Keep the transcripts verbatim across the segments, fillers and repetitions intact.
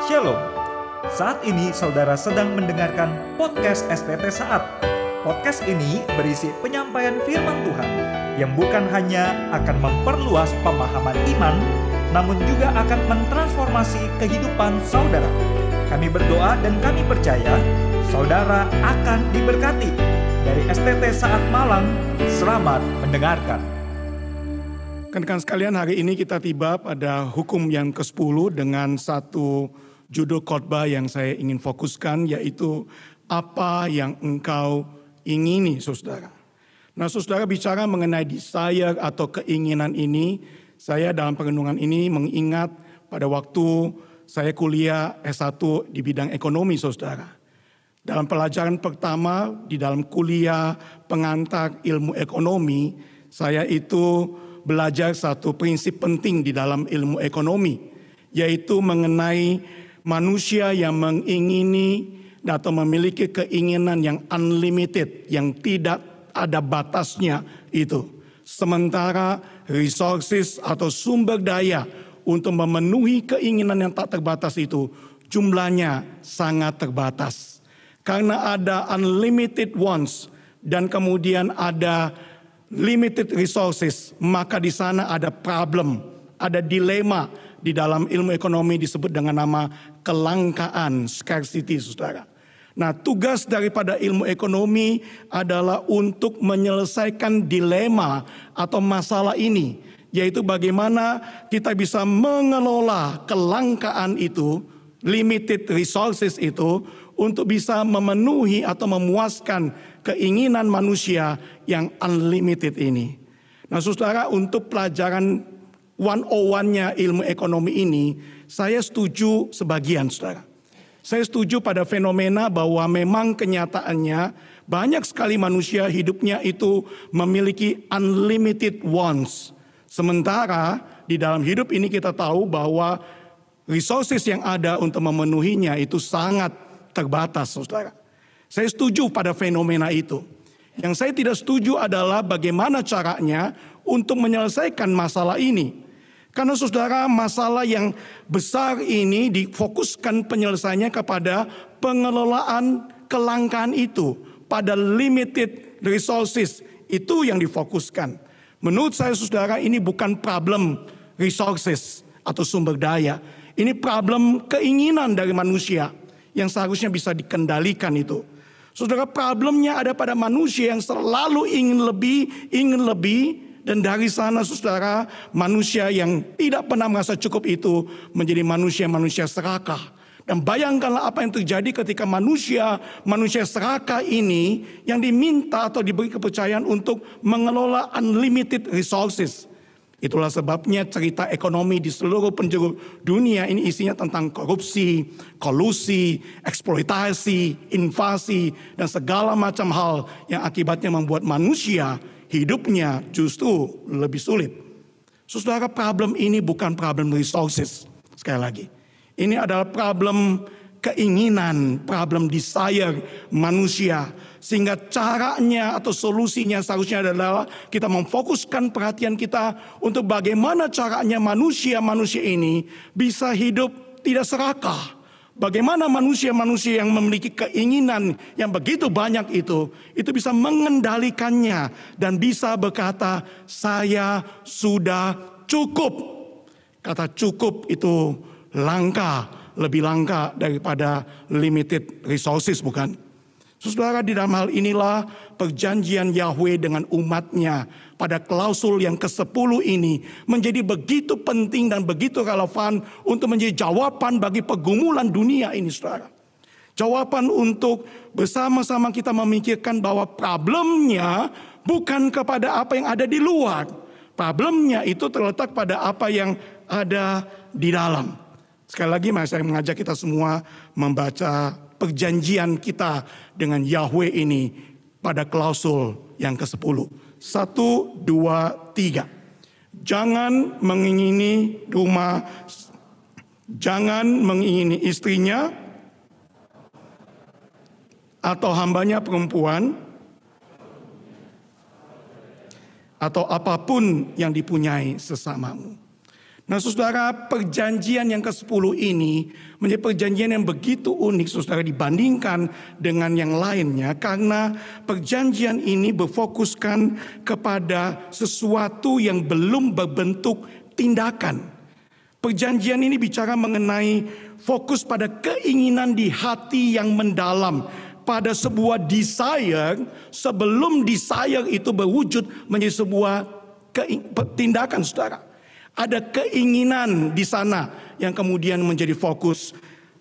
Shalom. Saat ini saudara sedang mendengarkan podcast S T T Saat. Podcast ini berisi penyampaian firman Tuhan yang bukan hanya akan memperluas pemahaman iman, namun juga akan mentransformasi kehidupan saudara. Kami berdoa dan kami percaya saudara akan diberkati. Dari S T T Saat Malang, selamat mendengarkan. Rekan-rekan sekalian, hari ini kita tiba pada hukum yang kesepuluh dengan satu judul khotbah yang saya ingin fokuskan, yaitu apa yang engkau ingini, saudara. Nah, saudara, bicara mengenai desire atau keinginan ini, saya dalam perenungan ini mengingat pada waktu saya kuliah S satu di bidang ekonomi, saudara. Dalam pelajaran pertama di dalam kuliah pengantar ilmu ekonomi, saya itu belajar satu prinsip penting di dalam ilmu ekonomi, yaitu mengenai manusia yang mengingini atau memiliki keinginan yang unlimited, yang tidak ada batasnya itu. Sementara resources atau sumber daya untuk memenuhi keinginan yang tak terbatas itu jumlahnya sangat terbatas. Karena ada unlimited wants dan kemudian ada limited resources, maka di sana ada problem, ada dilema di dalam ilmu ekonomi disebut dengan nama kelangkaan, scarcity, saudara. Nah, tugas daripada ilmu ekonomi adalah untuk menyelesaikan dilema atau masalah ini, yaitu bagaimana kita bisa mengelola kelangkaan itu, limited resources itu, untuk bisa memenuhi atau memuaskan keinginan manusia yang unlimited ini. Nah, saudara, untuk pelajaran seratus satu-nya ilmu ekonomi ini, saya setuju sebagian, saudara. Saya setuju pada fenomena bahwa memang kenyataannya banyak sekali manusia hidupnya itu memiliki unlimited wants. Sementara di dalam hidup ini kita tahu bahwa resources yang ada untuk memenuhinya itu sangat terbatas, saudara. Saya setuju pada fenomena itu. Yang saya tidak setuju adalah bagaimana caranya untuk menyelesaikan masalah ini. Karena saudara, masalah yang besar ini difokuskan penyelesaiannya kepada pengelolaan kelangkaan itu. Pada limited resources, itu yang difokuskan. Menurut saya, saudara, ini bukan problem resources atau sumber daya. Ini problem keinginan dari manusia yang seharusnya bisa dikendalikan itu. Saudara, problemnya ada pada manusia yang selalu ingin lebih, ingin lebih. Dan dari sana, saudara, manusia yang tidak pernah merasa cukup itu menjadi manusia-manusia serakah. Dan bayangkanlah apa yang terjadi ketika manusia, manusia serakah ini yang diminta atau diberi kepercayaan untuk mengelola unlimited resources. Itulah sebabnya cerita ekonomi di seluruh penjuru dunia ini isinya tentang korupsi, kolusi, eksploitasi, invasi, dan segala macam hal yang akibatnya membuat manusia hidupnya justru lebih sulit. Saudara, problem ini bukan problem resources. Sekali lagi, ini adalah problem keinginan, problem desire manusia. Sehingga caranya atau solusinya seharusnya adalah kita memfokuskan perhatian kita untuk bagaimana caranya manusia-manusia ini bisa hidup tidak serakah. Bagaimana manusia-manusia yang memiliki keinginan yang begitu banyak itu, itu bisa mengendalikannya dan bisa berkata, saya sudah cukup. Kata cukup itu langka, lebih langka daripada limited resources, bukan? Saudara, di dalam hal inilah perjanjian Yahweh dengan umatnya pada klausul yang kesepuluh ini menjadi begitu penting dan begitu relevan untuk menjadi jawaban bagi pergumulan dunia ini, saudara. Jawaban untuk bersama-sama kita memikirkan bahwa problemnya bukan kepada apa yang ada di luar. Problemnya itu terletak pada apa yang ada di dalam. Sekali lagi, mari saya mengajak kita semua membaca perjanjian kita dengan Yahweh ini pada klausul yang kesepuluh. Satu, dua, tiga. Jangan mengingini rumah, jangan mengingini istrinya atau hambanya perempuan atau apapun yang dipunyai sesamamu. Nah saudara, perjanjian yang kesepuluh ini menjadi perjanjian yang begitu unik saudara dibandingkan dengan yang lainnya. Karena perjanjian ini berfokuskan kepada sesuatu yang belum berbentuk tindakan. Perjanjian ini bicara mengenai fokus pada keinginan di hati yang mendalam. Pada sebuah desire sebelum desire itu berwujud menjadi sebuah tindakan saudara. Ada keinginan di sana yang kemudian menjadi fokus.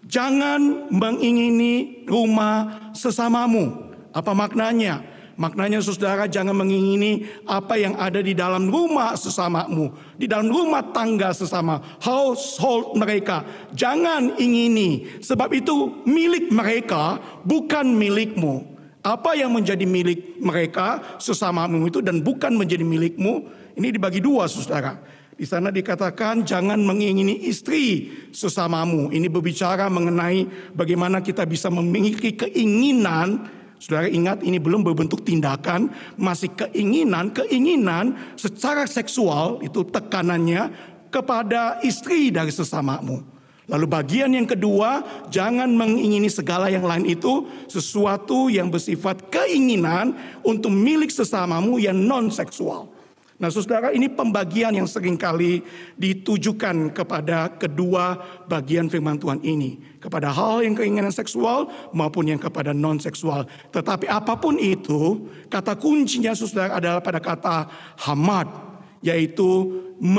Jangan mengingini rumah sesamamu. Apa maknanya? Maknanya saudara jangan mengingini apa yang ada di dalam rumah sesamamu. Di dalam rumah tangga sesama. Household mereka. Jangan ingini. Sebab itu milik mereka bukan milikmu. Apa yang menjadi milik mereka sesamamu itu dan bukan menjadi milikmu. Ini dibagi dua saudara. Di sana dikatakan jangan mengingini istri sesamamu. Ini berbicara mengenai bagaimana kita bisa memiliki keinginan. Saudara ingat ini belum berbentuk tindakan. Masih keinginan, keinginan secara seksual itu tekanannya kepada istri dari sesamamu. Lalu bagian yang kedua, jangan mengingini segala yang lain itu. Sesuatu yang bersifat keinginan untuk milik sesamamu yang non-seksual. Nah saudara, ini pembagian yang seringkali ditujukan kepada kedua bagian firman Tuhan ini. Kepada hal yang keinginan seksual maupun yang kepada non-seksual. Tetapi apapun itu, kata kuncinya saudara adalah pada kata hamad. Yaitu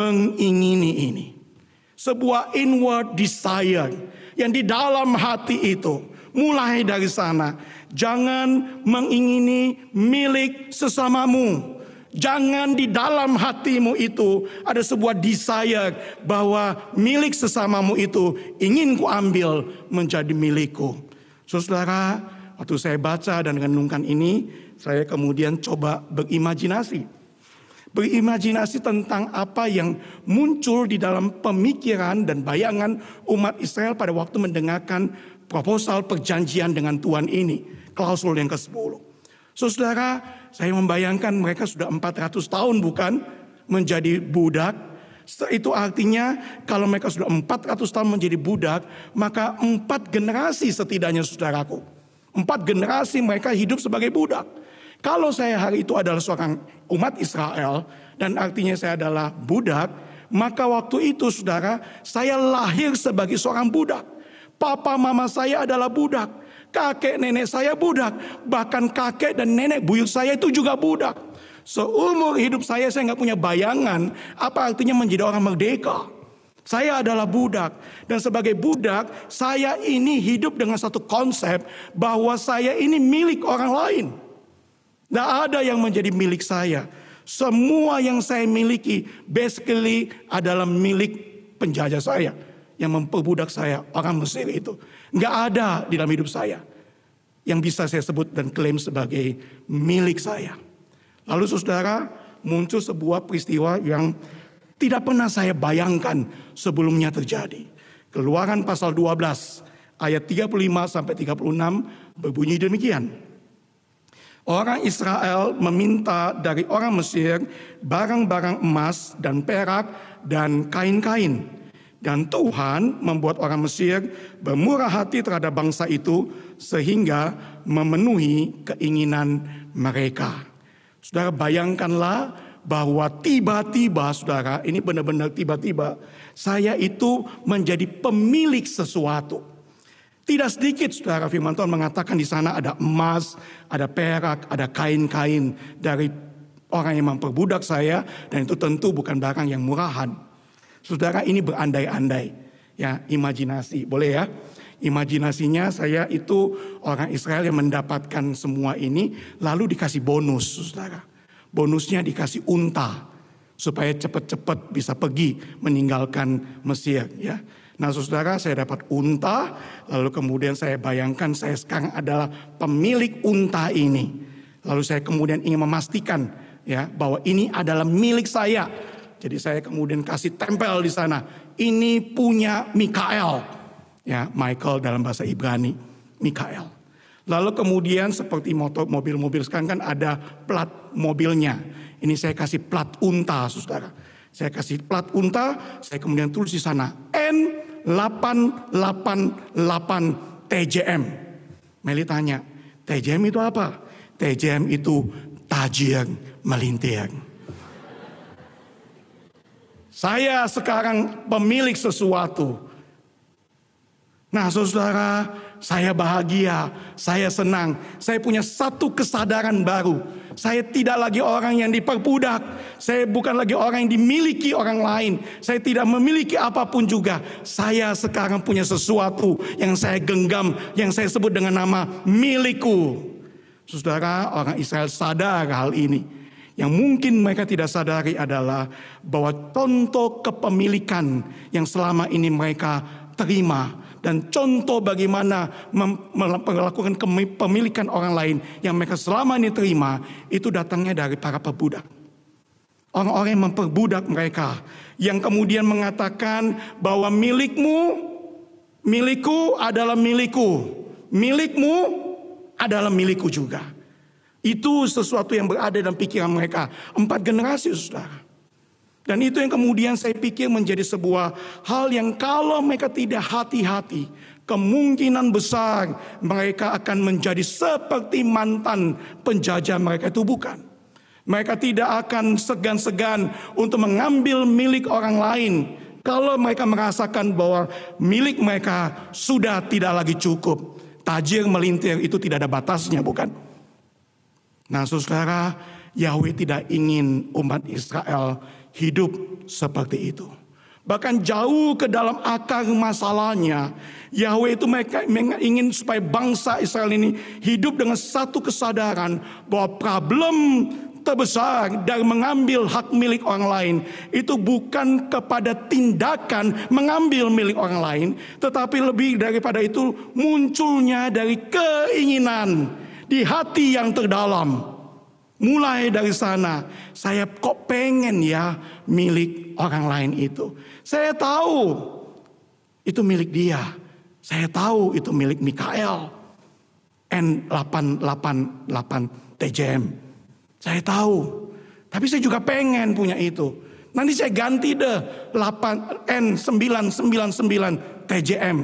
mengingini ini. Sebuah inward desire yang di dalam hati itu. Mulai dari sana. Jangan mengingini milik sesamamu. Jangan di dalam hatimu itu ada sebuah desire bahwa milik sesamamu itu ingin kuambil menjadi milikku. Saudara, waktu saya baca dan renungkan ini, saya kemudian coba berimajinasi. Berimajinasi tentang apa yang muncul di dalam pemikiran dan bayangan umat Israel pada waktu mendengarkan proposal perjanjian dengan Tuhan ini. Klausul yang kesepuluh. Saudara, saya membayangkan mereka sudah empat ratus tahun bukan menjadi budak. Itu artinya kalau mereka sudah empat ratus tahun menjadi budak, maka empat generasi setidaknya saudaraku. Empat generasi mereka hidup sebagai budak. Kalau saya hari itu adalah seorang umat Israel dan artinya saya adalah budak, maka waktu itu saudara, saya lahir sebagai seorang budak. Papa mama saya adalah budak. Kakek nenek saya budak. Bahkan kakek dan nenek buyut saya itu juga budak. Seumur hidup saya saya nggak punya bayangan apa artinya menjadi orang merdeka. Saya adalah budak. Dan sebagai budak saya ini hidup dengan satu konsep bahwa saya ini milik orang lain. Tidak ada yang menjadi milik saya. Semua yang saya miliki basically adalah milik penjajah saya. Yang memperbudak saya, orang Mesir itu. Nggak ada di dalam hidup saya yang bisa saya sebut dan klaim sebagai milik saya. Lalu saudara, muncul sebuah peristiwa yang tidak pernah saya bayangkan sebelumnya terjadi. Keluaran pasal dua belas ayat tiga puluh lima sampai tiga puluh enam berbunyi demikian. Orang Israel meminta dari orang Mesir barang-barang emas dan perak dan kain-kain. Dan Tuhan membuat orang Mesir bermurah hati terhadap bangsa itu sehingga memenuhi keinginan mereka. Saudara bayangkanlah bahwa tiba-tiba saudara, ini benar-benar tiba-tiba, saya itu menjadi pemilik sesuatu. Tidak sedikit saudara, firman Tuhan mengatakan di sana ada emas, ada perak, ada kain-kain dari orang yang memperbudak saya. Dan itu tentu bukan barang yang murahan. Saudara, ini berandai-andai, ya imajinasi, boleh ya? Imajinasinya saya itu orang Israel yang mendapatkan semua ini, lalu dikasih bonus, saudara. Bonusnya dikasih unta, supaya cepat-cepat bisa pergi meninggalkan Mesir, ya. Nah saudara, saya dapat unta, lalu kemudian saya bayangkan saya sekarang adalah pemilik unta ini. Lalu saya kemudian ingin memastikan, ya, bahwa ini adalah milik saya. Jadi saya kemudian kasih tempel di sana. Ini punya Mikael. Ya, Michael dalam bahasa Ibrani. Mikael. Lalu kemudian seperti motor, mobil-mobil sekarang kan ada plat mobilnya. Ini saya kasih plat unta, saudara. Saya kasih plat unta, saya kemudian tulis di sana N delapan delapan delapan T J M. Meli tanya, T J M itu apa? T J M itu tajir melintir. Saya sekarang pemilik sesuatu. Nah saudara, saya bahagia, saya senang. Saya punya satu kesadaran baru. Saya tidak lagi orang yang diperbudak. Saya bukan lagi orang yang dimiliki orang lain. Saya tidak memiliki apapun juga. Saya sekarang punya sesuatu yang saya genggam, yang saya sebut dengan nama milikku. Saudara, orang Israel sadar hal ini. Yang mungkin mereka tidak sadari adalah bahwa contoh kepemilikan yang selama ini mereka terima dan contoh bagaimana melakukan kepemilikan orang lain yang mereka selama ini terima itu datangnya dari para pebudak. Orang-orang yang memperbudak mereka, yang kemudian mengatakan bahwa milikmu, milikku adalah milikku, milikmu adalah milikku juga. Itu sesuatu yang berada dalam pikiran mereka. Empat generasi, saudara. Dan itu yang kemudian saya pikir menjadi sebuah hal yang kalau mereka tidak hati-hati, kemungkinan besar mereka akan menjadi seperti mantan penjajah mereka itu bukan. Mereka tidak akan segan-segan untuk mengambil milik orang lain kalau mereka merasakan bahwa milik mereka sudah tidak lagi cukup. Tajir melintir itu tidak ada batasnya, bukan? Nah saudara, Yahweh tidak ingin umat Israel hidup seperti itu. Bahkan jauh ke dalam akar masalahnya, Yahweh itu mereka ingin supaya bangsa Israel ini hidup dengan satu kesadaran bahwa problem terbesar dari mengambil hak milik orang lain itu bukan kepada tindakan mengambil milik orang lain, tetapi lebih daripada itu munculnya dari keinginan di hati yang terdalam. Mulai dari sana, saya kok pengen ya milik orang lain itu. Saya tahu itu milik dia. Saya tahu itu milik Mikael. N delapan delapan delapan T J M. Saya tahu. Tapi saya juga pengen punya itu. Nanti saya ganti deh N sembilan sembilan sembilan T J M.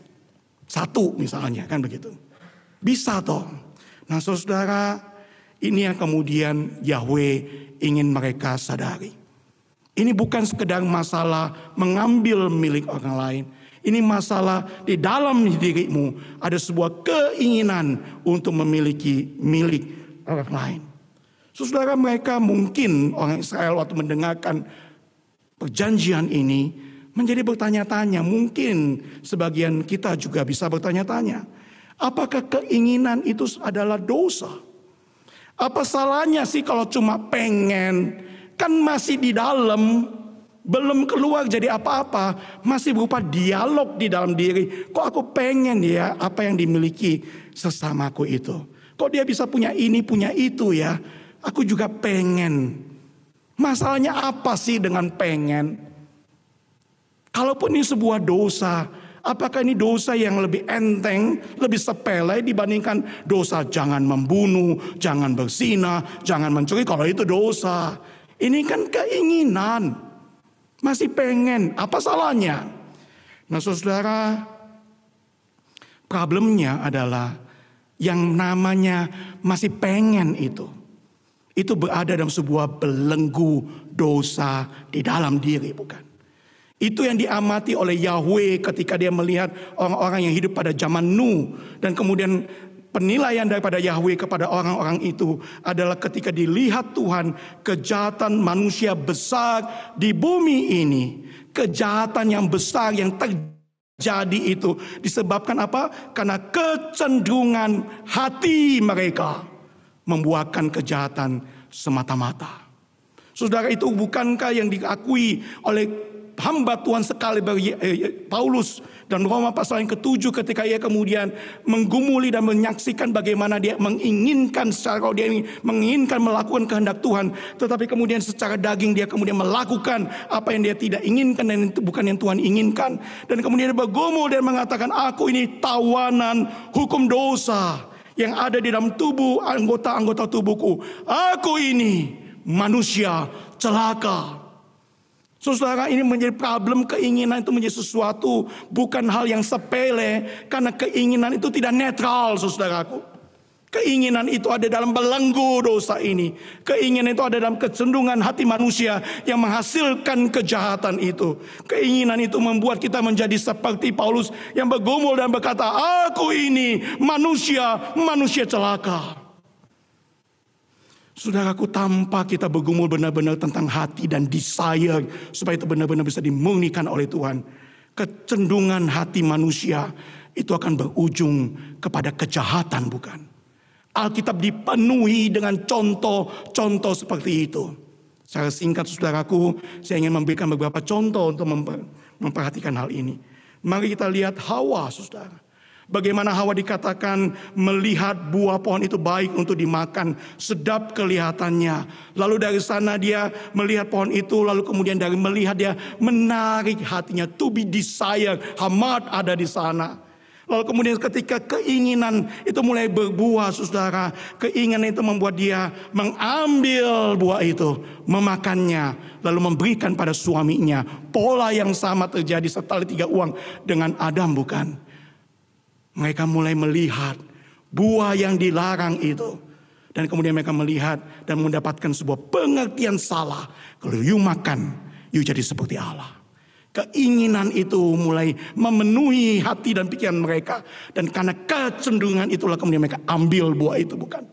Satu misalnya, kan begitu. Bisa toh. Nah saudara, ini yang kemudian Yahweh ingin mereka sadari. Ini bukan sekedar masalah mengambil milik orang lain. Ini masalah di dalam dirimu ada sebuah keinginan untuk memiliki milik orang lain. Saudara, mereka mungkin orang Israel waktu mendengarkan perjanjian ini menjadi bertanya-tanya. Mungkin sebagian kita juga bisa bertanya-tanya. Apakah keinginan itu adalah dosa? Apa salahnya sih kalau cuma pengen? Kan masih di dalam, belum keluar jadi apa-apa. Masih berupa dialog di dalam diri. Kok aku pengen ya apa yang dimiliki sesamaku itu. Kok dia bisa punya ini, punya itu ya. Aku juga pengen. Masalahnya apa sih dengan pengen? Kalaupun ini sebuah dosa, apakah ini dosa yang lebih enteng, lebih sepele dibandingkan dosa jangan membunuh, jangan berzina, jangan mencuri? Kalau itu dosa. Ini kan keinginan. Masih pengen. Apa salahnya? Nah saudara, problemnya adalah yang namanya masih pengen itu. Itu berada dalam sebuah belenggu dosa di dalam diri, bukan? Itu yang diamati oleh Yahweh ketika dia melihat orang-orang yang hidup pada zaman Nuh. Dan kemudian penilaian daripada Yahweh kepada orang-orang itu adalah ketika dilihat Tuhan kejahatan manusia besar di bumi ini. Kejahatan yang besar yang terjadi itu disebabkan apa? Karena kecenderungan hati mereka membuahkan kejahatan semata-mata. Saudara, itu bukankah yang diakui oleh hamba Tuhan sekali Paulus dan Roma pasal yang ketujuh ketika ia kemudian menggumuli dan menyaksikan bagaimana dia menginginkan secara dia menginginkan melakukan kehendak Tuhan, tetapi kemudian secara daging dia kemudian melakukan apa yang dia tidak inginkan dan itu bukan yang Tuhan inginkan, dan kemudian dia bergumul dan mengatakan, aku ini tawanan hukum dosa yang ada di dalam tubuh anggota-anggota tubuhku. Aku ini manusia celaka. Saudara, ini menjadi problem. Keinginan itu menjadi sesuatu bukan hal yang sepele, karena keinginan itu tidak netral, saudaraku. Keinginan itu ada dalam belenggu dosa ini. Keinginan itu ada dalam kecenderungan hati manusia yang menghasilkan kejahatan itu. Keinginan itu membuat kita menjadi seperti Paulus yang bergumul dan berkata, aku ini manusia, manusia celaka. Saudaraku, tanpa kita bergumul benar-benar tentang hati dan desire supaya itu benar-benar bisa dimurnikan oleh Tuhan, kecenderungan hati manusia itu akan berujung kepada kejahatan, bukan? Alkitab dipenuhi dengan contoh-contoh seperti itu. Secara singkat, saudaraku, saya ingin memberikan beberapa contoh untuk memperhatikan hal ini. Mari kita lihat Hawa, saudara. Bagaimana Hawa dikatakan melihat buah pohon itu baik untuk dimakan, sedap kelihatannya. Lalu dari sana dia melihat pohon itu, lalu kemudian dari melihat dia menarik hatinya, to be desired, hamat ada di sana. Lalu kemudian ketika keinginan itu mulai berbuah, saudara, keinginan itu membuat dia mengambil buah itu, memakannya, lalu memberikan pada suaminya. Pola yang sama terjadi setelah tiga uang dengan Adam, bukan? Mereka mulai melihat buah yang dilarang itu. Dan kemudian mereka melihat dan mendapatkan sebuah pengertian salah. Kalau you makan, you jadi seperti Allah. Keinginan itu mulai memenuhi hati dan pikiran mereka. Dan karena kecenderungan itulah kemudian mereka ambil buah itu, bukan?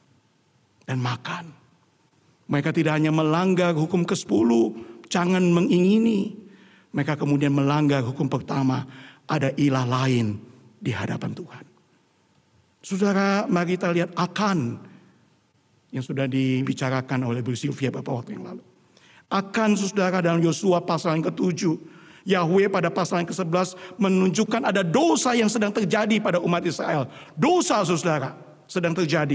Dan makan. Mereka tidak hanya melanggar hukum kesepuluh, jangan mengingini. Mereka kemudian melanggar hukum pertama, ada ilah lain di hadapan Tuhan. Saudara, mari kita lihat Akan yang sudah dibicarakan oleh Bu Sylvia beberapa waktu yang lalu. Akan, saudara, dalam Yosua pasal yang ketujuh, Yahweh pada pasal yang kesebelas menunjukkan ada dosa yang sedang terjadi pada umat Israel. Dosa, saudara, sedang terjadi.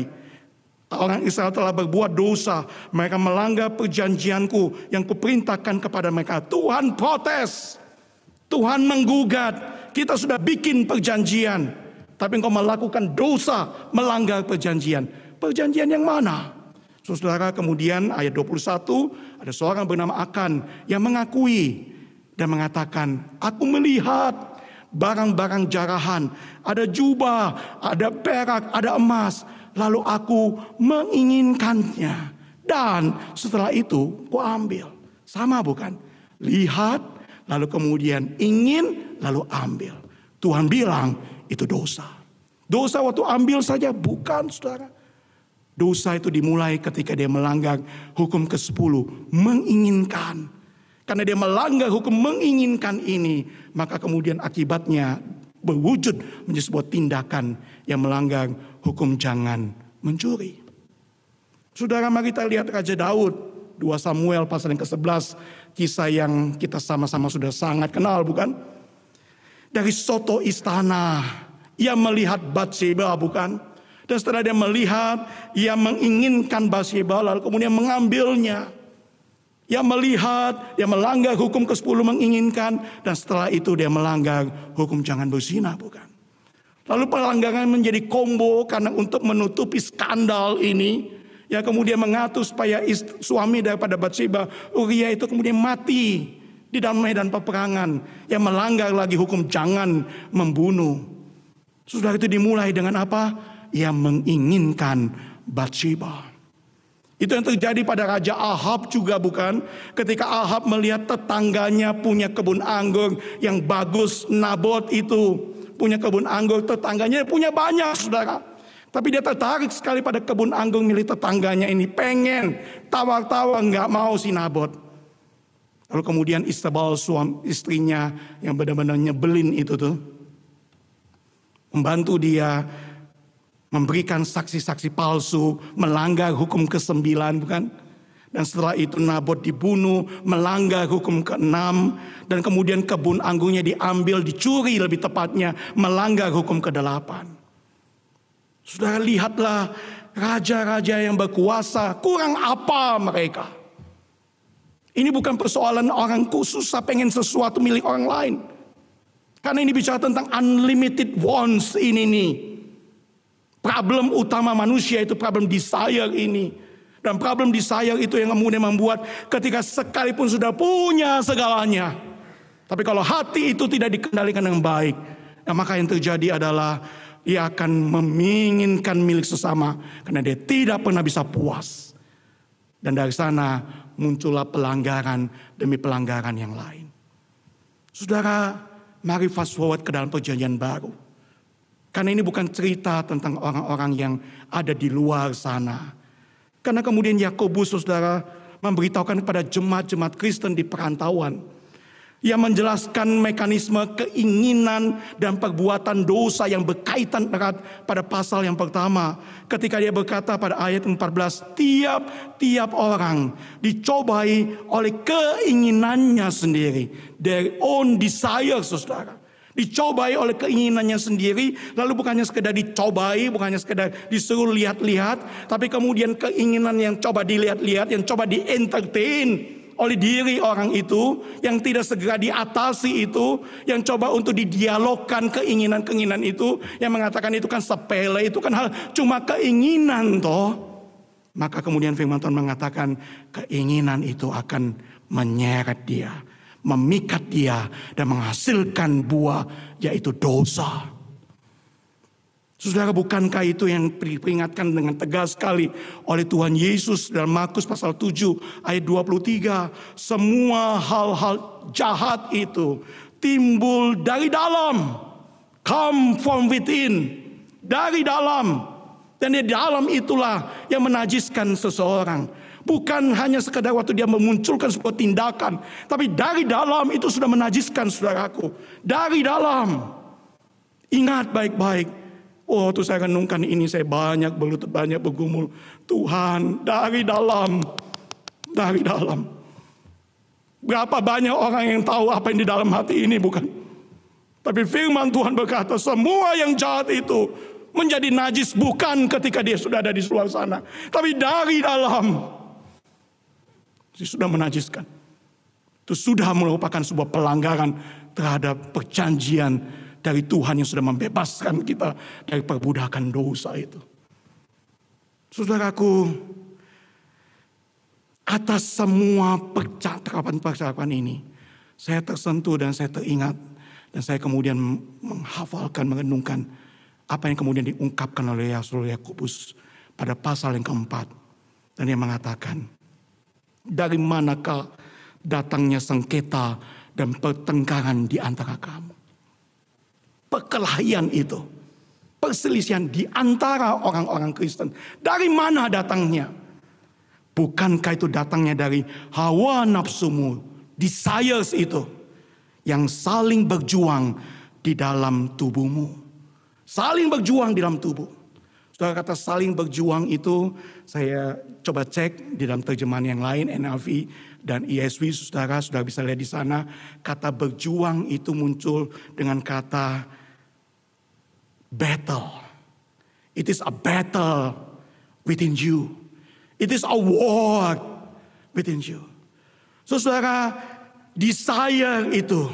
Orang Israel telah berbuat dosa. Mereka melanggar perjanjianku yang kuperintahkan kepada mereka. Tuhan protes. Tuhan menggugat. Kita sudah bikin perjanjian, tapi engkau melakukan dosa, melanggar perjanjian. Perjanjian yang mana? Saudara, kemudian ayat dua puluh satu, ada seorang bernama Akan yang mengakui dan mengatakan, aku melihat barang-barang jarahan, ada jubah, ada perak, ada emas, lalu aku menginginkannya. Dan setelah itu, ku ambil. Sama, bukan? Lihat, lalu kemudian ingin, lalu ambil. Tuhan bilang itu dosa. Dosa waktu ambil saja, bukan, saudara. Dosa itu dimulai ketika dia melanggar hukum kesepuluh, menginginkan. Karena dia melanggar hukum menginginkan ini, maka kemudian akibatnya berwujud menjadi sebuah tindakan yang melanggar hukum jangan mencuri. Saudara, mari kita lihat Raja Daud, dua Samuel pasal yang kesebelas, kisah yang kita sama-sama sudah sangat kenal, bukan? Dari soto istana, ia melihat Batsheba, bukan? Dan setelah dia melihat, ia menginginkan Batsheba, lalu kemudian mengambilnya. Ia melihat, dia melanggar hukum kesepuluh menginginkan, dan setelah itu dia melanggar hukum jangan berzina, bukan? Lalu pelanggaran menjadi combo karena untuk menutupi skandal ini, ya kemudian mengatur supaya istri, suami daripada Batsheba, Uria itu kemudian mati di dalam medan peperangan, yang melanggar lagi hukum jangan membunuh. Saudara, itu dimulai dengan apa? Ia menginginkan Batsheba. Itu yang terjadi pada Raja Ahab juga, bukan? Ketika Ahab melihat tetangganya punya kebun anggur yang bagus, Nabot itu punya kebun anggur, tetangganya punya banyak, saudara. Tapi dia tertarik sekali pada kebun anggur milik tetangganya ini, pengen tawar-tawar, nggak mau si Nabot. Lalu kemudian Isabel, suami istrinya yang benar-benar nyebelin itu tuh, membantu dia memberikan saksi-saksi palsu, melanggar hukum kesembilan, bukan? Dan setelah itu Nabot dibunuh, melanggar hukum keenam, dan kemudian kebun anggurnya diambil, dicuri lebih tepatnya, melanggar hukum kedelapan. Saudara, lihatlah raja-raja yang berkuasa, kurang apa mereka? Ini bukan persoalan orang susah pengen sesuatu milik orang lain. Karena ini bicara tentang unlimited wants ini nih. Problem utama manusia itu problem desire ini. Dan problem desire itu yang kemudian membuat ketika sekalipun sudah punya segalanya, tapi kalau hati itu tidak dikendalikan dengan baik, nah maka yang terjadi adalah ia akan menginginkan milik sesama karena dia tidak pernah bisa puas. Dan dari sana muncullah pelanggaran demi pelanggaran yang lain. Saudara, mari fast forward ke dalam perjanjian baru. Karena ini bukan cerita tentang orang-orang yang ada di luar sana. Karena kemudian Yakobus, saudara, memberitahukan kepada jemaat-jemaat Kristen di perantauan. Ia menjelaskan mekanisme keinginan dan perbuatan dosa yang berkaitan erat pada pasal yang pertama. Ketika dia berkata pada ayat empat belas, tiap-tiap orang dicobai oleh keinginannya sendiri. Their own desire, saudara. Dicobai oleh keinginannya sendiri, lalu bukannya sekedar dicobai, bukannya sekedar disuruh lihat-lihat, tapi kemudian keinginan yang coba dilihat-lihat, yang coba di-entertain oleh diri orang itu, yang tidak segera diatasi itu, yang coba untuk didialogkan keinginan-keinginan itu, yang mengatakan itu kan sepele, itu kan hal cuma keinginan toh. Maka kemudian firman Tuhan mengatakan keinginan itu akan menyeret dia, memikat dia dan menghasilkan buah, yaitu dosa. Saudara, bukankah itu yang diperingatkan dengan tegas sekali oleh Tuhan Yesus dalam Markus pasal tujuh ayat dua puluh tiga. Semua hal-hal jahat itu timbul dari dalam. Come from within. Dari dalam. Dan di dalam itulah yang menajiskan seseorang. Bukan hanya sekadar waktu dia memunculkan sebuah tindakan, tapi dari dalam itu sudah menajiskan, saudaraku. Dari dalam. Ingat baik-baik. Oh, waktu saya renungkan ini, saya banyak berlutut, banyak bergumul. Tuhan, dari dalam. Dari dalam. Berapa banyak orang yang tahu apa yang di dalam hati ini, bukan? Tapi firman Tuhan berkata, semua yang jahat itu menjadi najis bukan ketika dia sudah ada di luar sana, tapi dari dalam. Sudah menajiskan. Itu sudah merupakan sebuah pelanggaran terhadap perjanjian dari Tuhan yang sudah membebaskan kita dari perbudakan dosa itu. Saudaraku, atas semua percakapan-percakapan ini, saya tersentuh dan saya teringat. Dan saya kemudian menghafalkan, merenungkan apa yang kemudian diungkapkan oleh Rasul Yakobus pada pasal yang keempat. Dan dia mengatakan, dari manakah datangnya sengketa dan pertengkaran di antara kamu? Perkelahian itu, perselisihan di antara orang-orang Kristen. Dari mana datangnya? Bukankah itu datangnya dari hawa nafsumu, desires itu, yang saling berjuang di dalam tubuhmu. Saling berjuang di dalam tubuh. Saudara, kata saling berjuang itu saya coba cek di dalam terjemahan yang lain, N I V dan E S V, saudara sudah bisa lihat di sana. Kata berjuang itu muncul dengan kata battle. It is a battle within you. It is a war within you. So, saudara, desire itu,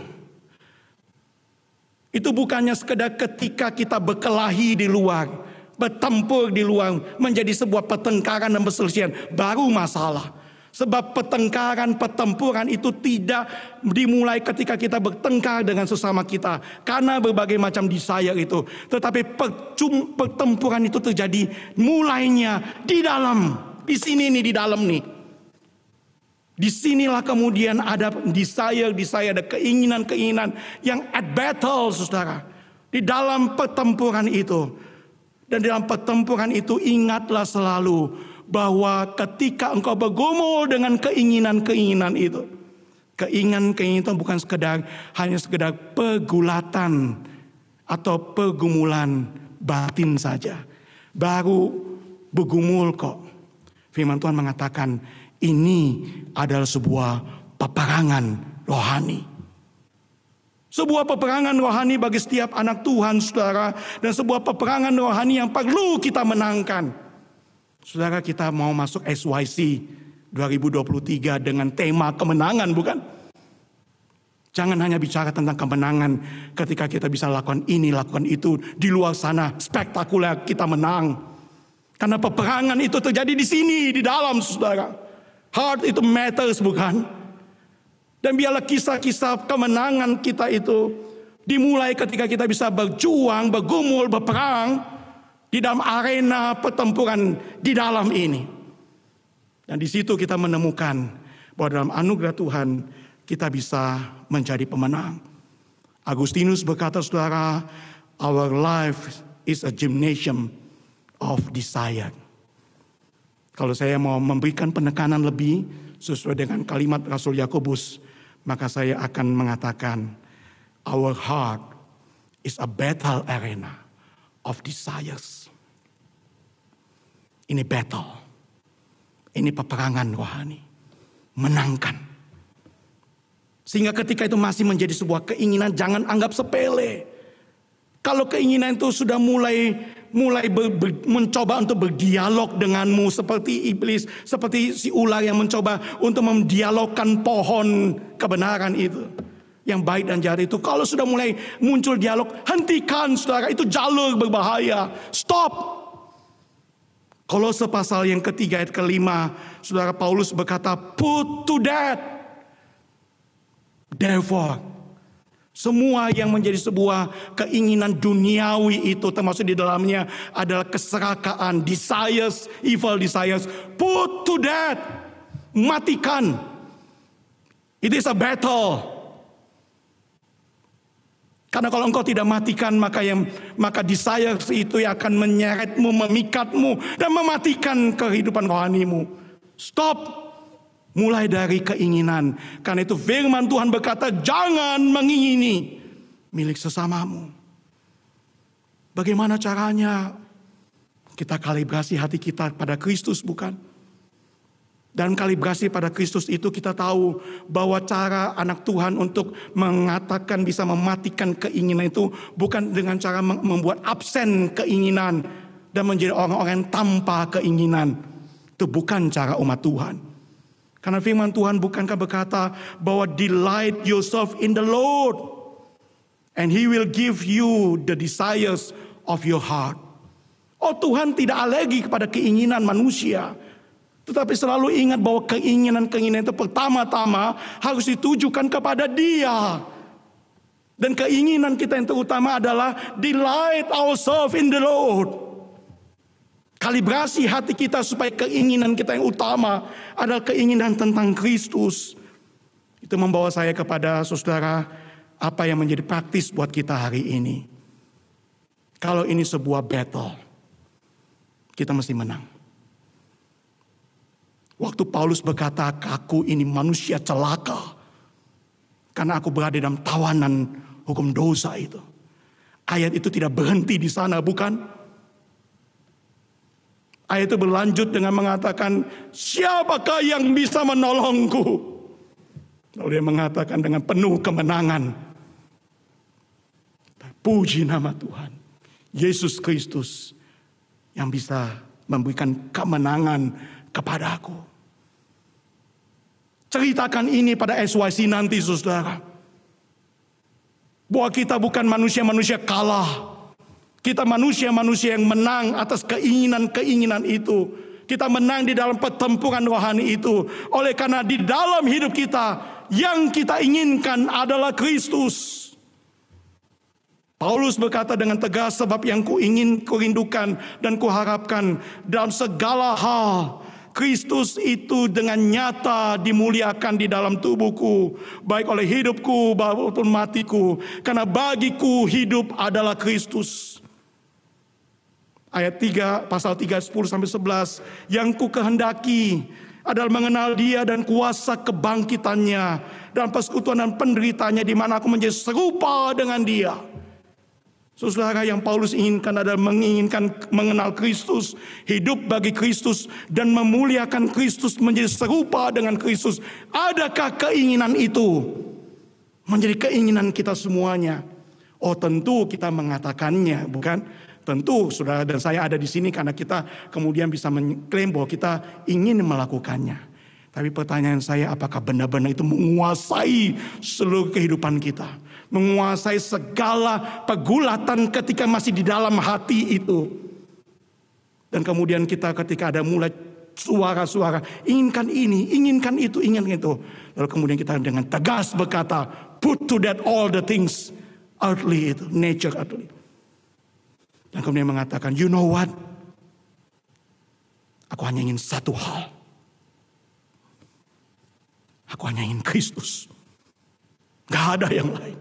itu bukannya sekedar ketika kita berkelahi di luar, bertempur di luar, menjadi sebuah pertengkaran dan perselisihan, baru masalah. Sebab pertengkaran, pertempuran itu tidak dimulai ketika kita bertengkar dengan sesama kita, karena berbagai macam desire itu. Tetapi percum, pertempuran itu terjadi mulainya di dalam, di sini nih, di dalam nih. Disinilah kemudian ada desire-desire, ada keinginan-keinginan yang at battle, saudara. Di dalam pertempuran itu. Dan dalam pertempuran itu ingatlah selalu bahwa ketika engkau bergumul dengan keinginan-keinginan itu. Keinginan-keinginan itu bukan sekedar, hanya sekedar pergulatan atau pergumulan batin saja. Baru bergumul kok. Firman Tuhan mengatakan ini adalah sebuah peperangan rohani. Sebuah peperangan rohani bagi setiap anak Tuhan, saudara. Dan sebuah peperangan rohani yang perlu kita menangkan. Saudara, kita mau masuk S Y C dua ribu dua puluh tiga dengan tema kemenangan, bukan? Jangan hanya bicara tentang kemenangan ketika kita bisa lakukan ini, lakukan itu. Di luar sana spektakuler kita menang. Karena peperangan itu terjadi di sini, di dalam saudara. Heart itu matters, bukan? Dan biarlah kisah-kisah kemenangan kita itu dimulai ketika kita bisa berjuang, bergumul, berperang di dalam arena pertempuran di dalam ini. Dan di situ kita menemukan bahwa dalam anugerah Tuhan kita bisa menjadi pemenang. Agustinus berkata, saudara, our life is a gymnasium of desire. Kalau saya mau memberikan penekanan lebih sesuai dengan kalimat Rasul Yakobus, maka saya akan mengatakan our heart is a battle arena of desires. Ini battle. Ini peperangan rohani. Menangkan. Sehingga ketika itu masih menjadi sebuah keinginan, jangan anggap sepele. Kalau keinginan itu sudah mulai mulai ber, ber, mencoba untuk berdialog denganmu seperti iblis, seperti si ular yang mencoba untuk mendialogkan pohon kebenaran itu, yang baik dan jahat itu. Kalau sudah mulai muncul dialog, hentikan saudara, itu jalur berbahaya. Stop. Kolose pasal yang ketiga ayat kelima, saudara, Paulus berkata, put to death. Therefore, semua yang menjadi sebuah keinginan duniawi itu, termasuk di dalamnya adalah keserakaan, desires, evil desires, put to death. Matikan. It is a battle. Karena kalau engkau tidak matikan, maka yang maka desires itu yang akan menyeretmu, memikatmu, dan mematikan kehidupan rohanimu. Stop. Mulai dari keinginan. Karena itu firman Tuhan berkata, jangan mengingini milik sesamamu. Bagaimana caranya? Kita kalibrasi hati kita pada Kristus, bukan? Dan kalibrasi pada Kristus itu kita tahu bahwa cara anak Tuhan untuk mengatakan bisa mematikan keinginan itu bukan dengan cara membuat absen keinginan dan menjadi orang-orang tanpa keinginan. Itu bukan cara umat Tuhan. Karena firman Tuhan bukankah berkata bahwa delight yourself in the Lord and He will give you the desires of your heart. Oh, Tuhan tidak alergi kepada keinginan manusia. Tetapi selalu ingat bahwa keinginan-keinginan itu pertama-tama harus ditujukan kepada Dia. Dan keinginan kita yang terutama adalah delight ourselves in the Lord. Kalibrasi hati kita supaya keinginan kita yang utama adalah keinginan tentang Kristus. Itu membawa saya kepada saudara, apa yang menjadi praktis buat kita hari ini. Kalau ini sebuah battle, kita mesti menang. Waktu Paulus berkata, aku ini manusia celaka, karena aku berada dalam tawanan hukum dosa itu. Ayat itu tidak berhenti di sana, bukan? Ayat itu berlanjut dengan mengatakan, siapakah yang bisa menolongku? Lalu dia mengatakan dengan penuh kemenangan, puji nama Tuhan, Yesus Kristus yang bisa memberikan kemenangan kepada aku. Ceritakan ini pada S Y C nanti, saudara. Bahwa kita bukan manusia-manusia kalah. Kita manusia-manusia yang menang atas keinginan-keinginan itu. Kita menang di dalam pertempuran rohani itu. Oleh karena di dalam hidup kita, yang kita inginkan adalah Kristus. Paulus berkata dengan tegas, sebab yang ku ingin, ku rindukan, dan ku harapkan dalam segala hal, Kristus itu dengan nyata dimuliakan di dalam tubuhku, baik oleh hidupku maupun matiku. Karena bagiku hidup adalah Kristus. Ayat tiga, pasal tiga, sepuluh sampai sebelas. Yang ku kehendaki adalah mengenal Dia dan kuasa kebangkitannya dan persekutuan dan penderitanya, di mana aku menjadi serupa dengan Dia. Saudara, yang Paulus inginkan adalah menginginkan mengenal Kristus, hidup bagi Kristus, dan memuliakan Kristus, menjadi serupa dengan Kristus. Adakah keinginan itu menjadi keinginan kita semuanya? Oh, tentu kita mengatakannya, bukan? Tentu saudara dan saya ada di sini karena kita kemudian bisa mengklaim bahwa kita ingin melakukannya. Tapi pertanyaan saya, apakah benar-benar itu menguasai seluruh kehidupan kita? Menguasai segala pergulatan ketika masih di dalam hati itu? Dan kemudian kita ketika ada mulai suara-suara, inginkan ini, inginkan itu, inginkan itu. Lalu kemudian kita dengan tegas berkata, put to death all the things earthly itu, nature earthly. Dan kemudian mengatakan, you know what? Aku hanya ingin satu hal. Aku hanya ingin Kristus. Gak ada yang lain.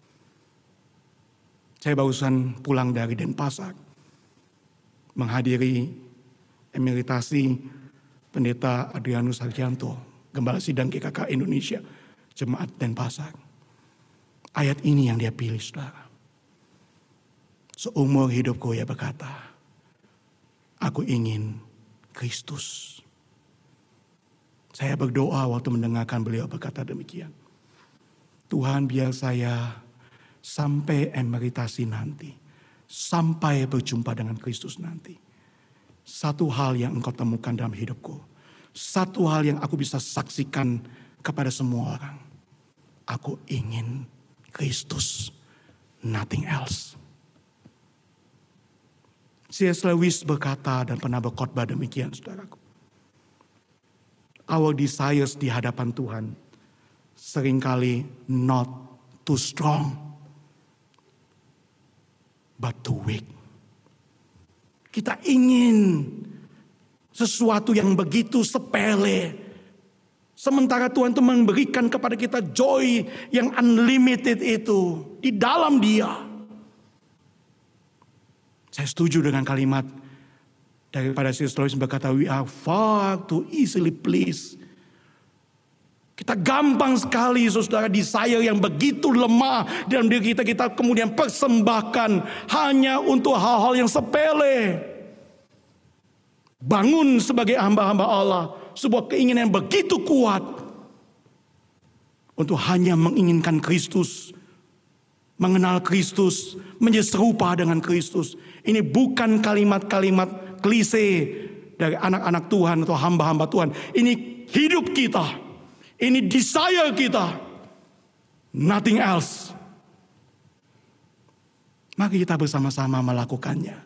Saya barusan pulang dari Denpasar. Menghadiri emeritasi Pendeta Adrianus Haryanto, Gembala Sidang G K K Indonesia, Jemaat Denpasar. Ayat ini yang dia pilih, saudara. Seumur hidupku ia berkata, aku ingin Kristus. Saya berdoa waktu mendengarkan beliau berkata demikian. Tuhan, biar saya sampai emeritasi nanti, sampai berjumpa dengan Kristus nanti. Satu hal yang engkau temukan dalam hidupku, satu hal yang aku bisa saksikan kepada semua orang. Aku ingin Kristus, nothing else. C S Lewis berkata dan pernah berkhotbah demikian, saudaraku. Our desires di hadapan Tuhan seringkali not too strong, but too weak. Kita ingin sesuatu yang begitu sepele, sementara Tuhan itu memberikan kepada kita joy yang unlimited itu di dalam Dia. Saya setuju dengan kalimat daripada C S Lewis berkata, we are far too easily pleased. Kita gampang sekali, saudara, desire yang begitu lemah dalam diri kita, kita kemudian persembahkan hanya untuk hal-hal yang sepele. Bangun sebagai hamba-hamba Allah, sebuah keinginan yang begitu kuat untuk hanya menginginkan Kristus, mengenal Kristus, menjadi serupa dengan Kristus. Ini bukan kalimat-kalimat klise dari anak-anak Tuhan atau hamba-hamba Tuhan. Ini hidup kita. Ini desire kita. Nothing else. Mari kita bersama-sama melakukannya.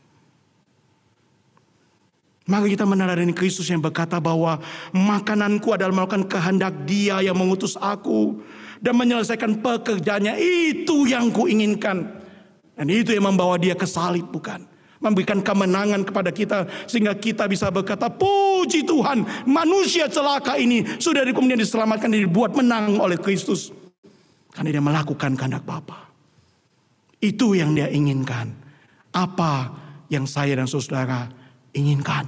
Mari kita meneladani Kristus yang berkata bahwa makananku adalah melakukan kehendak Dia yang mengutus aku dan menyelesaikan pekerjaannya. Itu yang kuinginkan. Dan itu yang membawa Dia ke salib, bukan? Memberikan kemenangan kepada kita sehingga kita bisa berkata, puji Tuhan, manusia celaka ini sudah kemudian diselamatkan dan dibuat menang oleh Kristus. Karena Dia melakukan kehendak Bapa. Itu yang Dia inginkan. Apa yang saya dan saudara inginkan.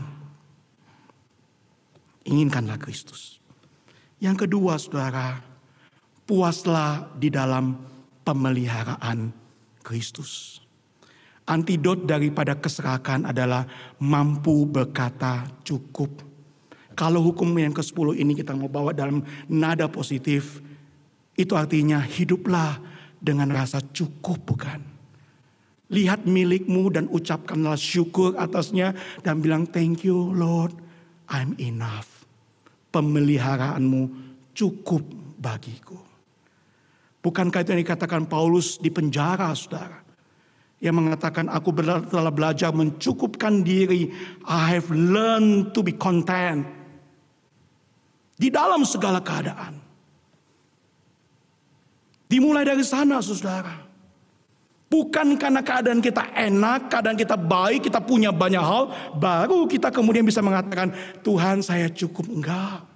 Inginkanlah Kristus. Yang kedua, saudara, puaslah di dalam pemeliharaan Kristus. Antidot daripada keserakahan adalah mampu berkata cukup. Kalau hukum yang kesepuluh ini kita mau bawa dalam nada positif, itu artinya hiduplah dengan rasa cukup, bukan? Lihat milikmu dan ucapkanlah syukur atasnya dan bilang, thank you Lord, I'm enough. Pemeliharaanmu cukup bagiku. Bukankah itu yang dikatakan Paulus di penjara, saudara? Yang mengatakan, aku telah belajar mencukupkan diri. I have learned to be content. Di dalam segala keadaan. Dimulai dari sana, saudara. Bukan karena keadaan kita enak, keadaan kita baik, kita punya banyak hal, baru kita kemudian bisa mengatakan, Tuhan saya cukup. Enggak.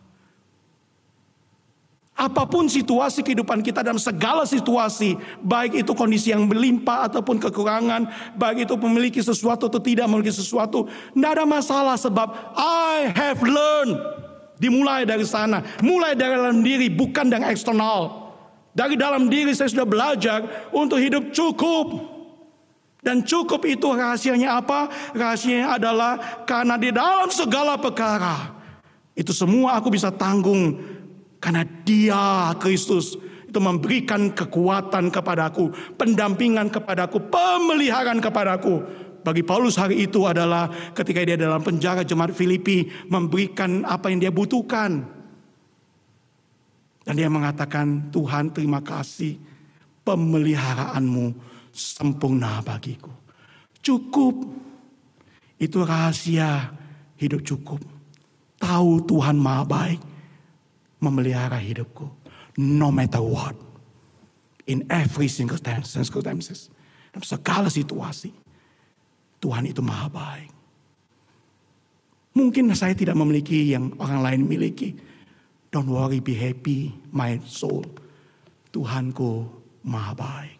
Apapun situasi kehidupan kita dalam segala situasi, baik itu kondisi yang berlimpah ataupun kekurangan, baik itu memiliki sesuatu atau tidak memiliki sesuatu, tidak ada masalah sebab I have learned. Dimulai dari sana, mulai dari dalam diri, bukan dari eksternal. Dari dalam diri saya sudah belajar untuk hidup cukup. Dan cukup itu rahasianya apa? Rahasianya adalah karena di dalam segala perkara, itu semua aku bisa tanggung. Karena Dia, Kristus, itu memberikan kekuatan kepadaku, pendampingan kepadaku, pemeliharaan kepadaku. Bagi Paulus hari itu adalah ketika dia dalam penjara jemaat Filipi, memberikan apa yang dia butuhkan. Dan dia mengatakan, Tuhan terima kasih, pemeliharaanmu sempurna bagiku. Cukup. Itu rahasia hidup cukup. Tahu Tuhan Maha Baik memelihara hidupku. No matter what. In every single circumstances. Dalam segala situasi. Tuhan itu Maha Baik. Mungkin saya tidak memiliki yang orang lain miliki. Don't worry, be happy, my soul. Tuhanku Maha Baik.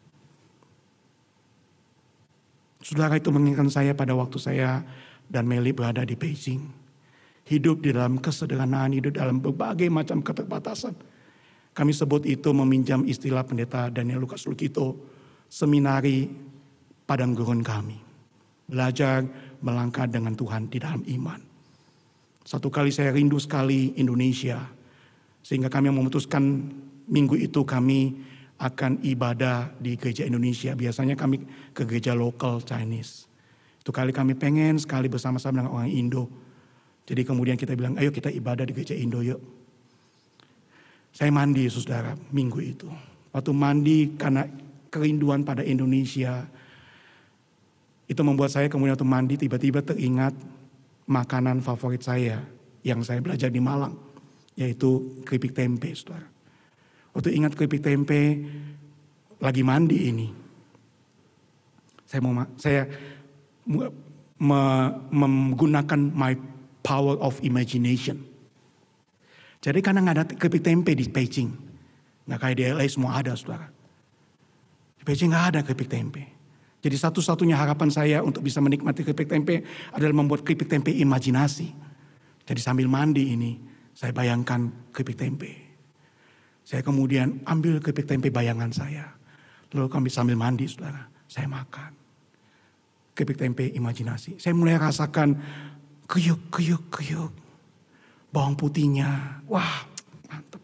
Saudara, itu mengingatkan saya pada waktu saya dan Meli berada di Beijing. Hidup di dalam kesederhanaan, hidup dalam berbagai macam keterbatasan. Kami sebut itu meminjam istilah pendeta Daniel Lukas Lukito, seminari padang gurun kami. Belajar melangkah dengan Tuhan di dalam iman. Satu kali saya rindu sekali Indonesia. Sehingga kami memutuskan minggu itu kami akan ibadah di gereja Indonesia. Biasanya kami ke gereja lokal Chinese. Itu kali kami pengen sekali bersama-sama dengan orang Indo. Jadi kemudian kita bilang, ayo kita ibadah di gereja Indo yuk. Saya mandi saudara minggu itu. Waktu mandi karena kerinduan pada Indonesia. Itu membuat saya kemudian waktu mandi tiba-tiba teringat makanan favorit saya. Yang saya belajar di Malang. Yaitu keripik tempe saudara. Waktu ingat keripik tempe lagi mandi ini. Saya mau saya me, menggunakan my power of imagination. Jadi karena nggak ada keripik tempe di Beijing. Nggak kayak di L A semua ada saudara. Di Beijing nggak ada keripik tempe. Jadi satu-satunya harapan saya untuk bisa menikmati keripik tempe adalah membuat keripik tempe imajinasi. Jadi sambil mandi ini saya bayangkan keripik tempe. Saya kemudian ambil keripik tempe bayangan saya. Lalu kami sambil mandi saudara. Saya makan. Keripik tempe imajinasi. Saya mulai rasakan kuyuk, kuyuk, kuyuk. Bawang putihnya. Wah mantap.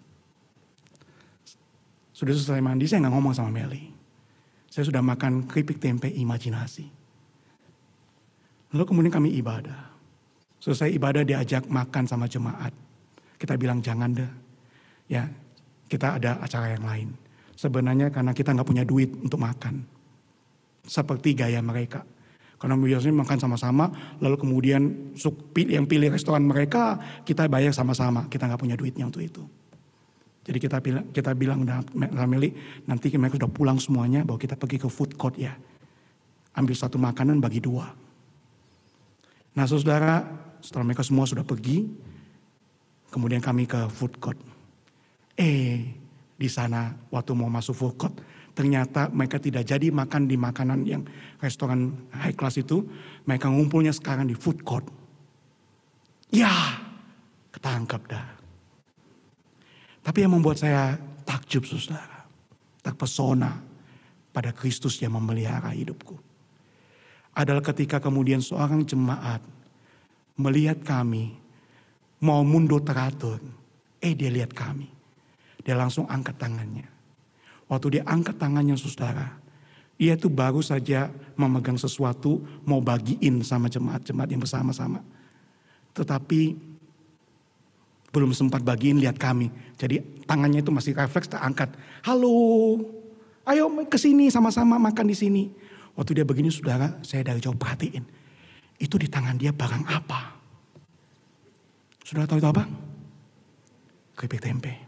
Sudah selesai mandi saya gak ngomong sama Meli. Saya sudah makan keripik tempe imajinasi. Lalu kemudian kami ibadah. Selesai ibadah diajak makan sama jemaat. Kita bilang jangan deh. Ya. Kita ada acara yang lain. Sebenarnya karena kita gak punya duit untuk makan. Seperti gaya mereka. Karena biasanya makan sama-sama. Lalu kemudian yang pilih restoran mereka. Kita bayar sama-sama. Kita gak punya duitnya untuk itu. Jadi kita bilang, kita bilang sama Meli. Nanti mereka sudah pulang semuanya. Bahwa kita pergi ke food court ya. Ambil satu makanan bagi dua. Nah saudara. Setelah mereka semua sudah pergi. Kemudian kami ke food court. Eh, di sana waktu mau masuk food court, ternyata mereka tidak jadi makan di makanan yang restoran high class itu. Mereka ngumpulnya sekarang di food court. Ya, ketangkap dah. Tapi yang membuat saya takjub saudara, terpesona pada Kristus yang memelihara hidupku. Adalah ketika kemudian seorang jemaat melihat kami mau mundur teratur. Eh dia lihat kami. Dia langsung angkat tangannya. Waktu dia angkat tangannya saudara. Dia itu baru saja memegang sesuatu. Mau bagiin sama jemaat-jemaat yang bersama-sama. Tetapi belum sempat bagiin lihat kami. Jadi tangannya itu masih refleks terangkat. Halo. Ayo kesini sama-sama makan di sini. Waktu dia begini saudara. Saya dari jauh perhatiin. Itu di tangan dia barang apa? Saudara tahu itu apa? Keripik tempe.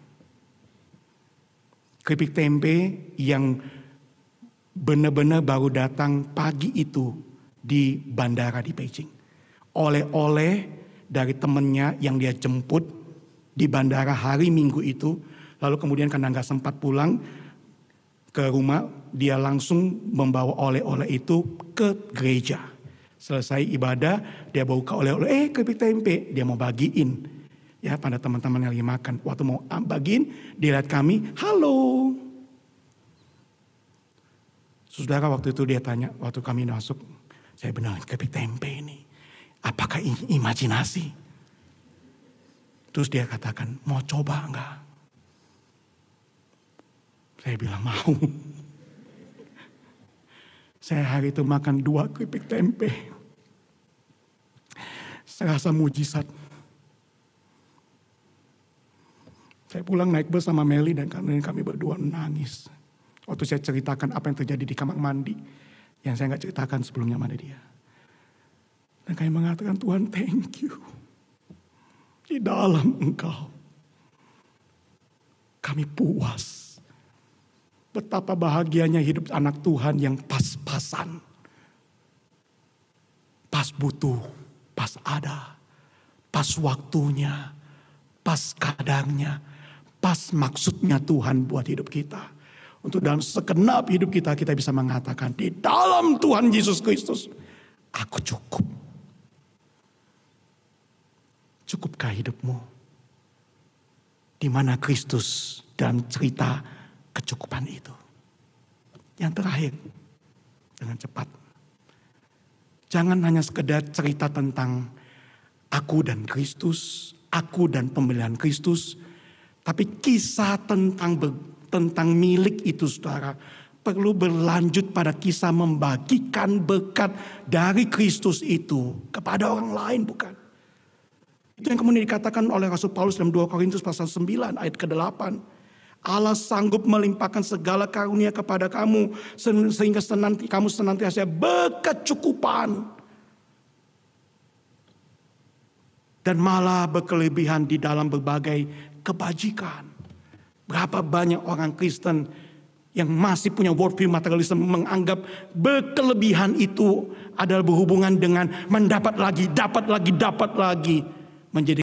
Keripik tempe yang benar-benar baru datang pagi itu di bandara di Beijing. Oleh-oleh dari temannya yang dia jemput di bandara hari Minggu itu. Lalu kemudian karena gak sempat pulang ke rumah, dia langsung membawa oleh-oleh itu ke gereja. Selesai ibadah, dia bawa ke oleh-oleh, eh keripik tempe, dia mau bagiin. Ya pada teman-teman yang lagi makan. Waktu mau bagiin, dia lihat kami, halo. Saudara waktu itu dia tanya, waktu kami masuk, saya benar keripik tempe ini. Apakah ini imajinasi? Terus dia katakan, mau coba enggak? Saya bilang mau. Saya hari itu makan dua keripik tempe. Saya rasa mujizat. Saya pulang naik bus sama Meli dan kami berdua nangis. Waktu saya ceritakan apa yang terjadi di kamar mandi. Yang saya gak ceritakan sebelumnya pada dia. Dan kami mengatakan, Tuhan thank you. Di dalam Engkau kami puas. Betapa bahagianya hidup anak Tuhan yang pas-pasan. Pas butuh, pas ada, pas waktunya, pas kadarnya, pas maksudnya Tuhan buat hidup kita. Untuk dalam segenap hidup kita, kita bisa mengatakan, di dalam Tuhan Yesus Kristus, aku cukup. Cukupkah hidupmu? Di mana Kristus dalam cerita kecukupan itu? Yang terakhir, dengan cepat. Jangan hanya sekedar cerita tentang aku dan Kristus, aku dan pembelian Kristus, tapi kisah tentang tentang milik itu, saudara, perlu berlanjut pada kisah membagikan berkat dari Kristus itu kepada orang lain, bukan? Itu yang kemudian dikatakan oleh Rasul Paulus dalam dua Korintus pasal sembilan ayat kedelapan. Allah sanggup melimpahkan segala karunia kepada kamu sehingga senanti, kamu senantiasa berkecukupan dan malah berkelebihan di dalam berbagai kebajikan. Berapa banyak orang Kristen yang masih punya worldview materialisme menganggap berkelebihan itu adalah berhubungan dengan mendapat lagi, dapat lagi, dapat lagi, menjadi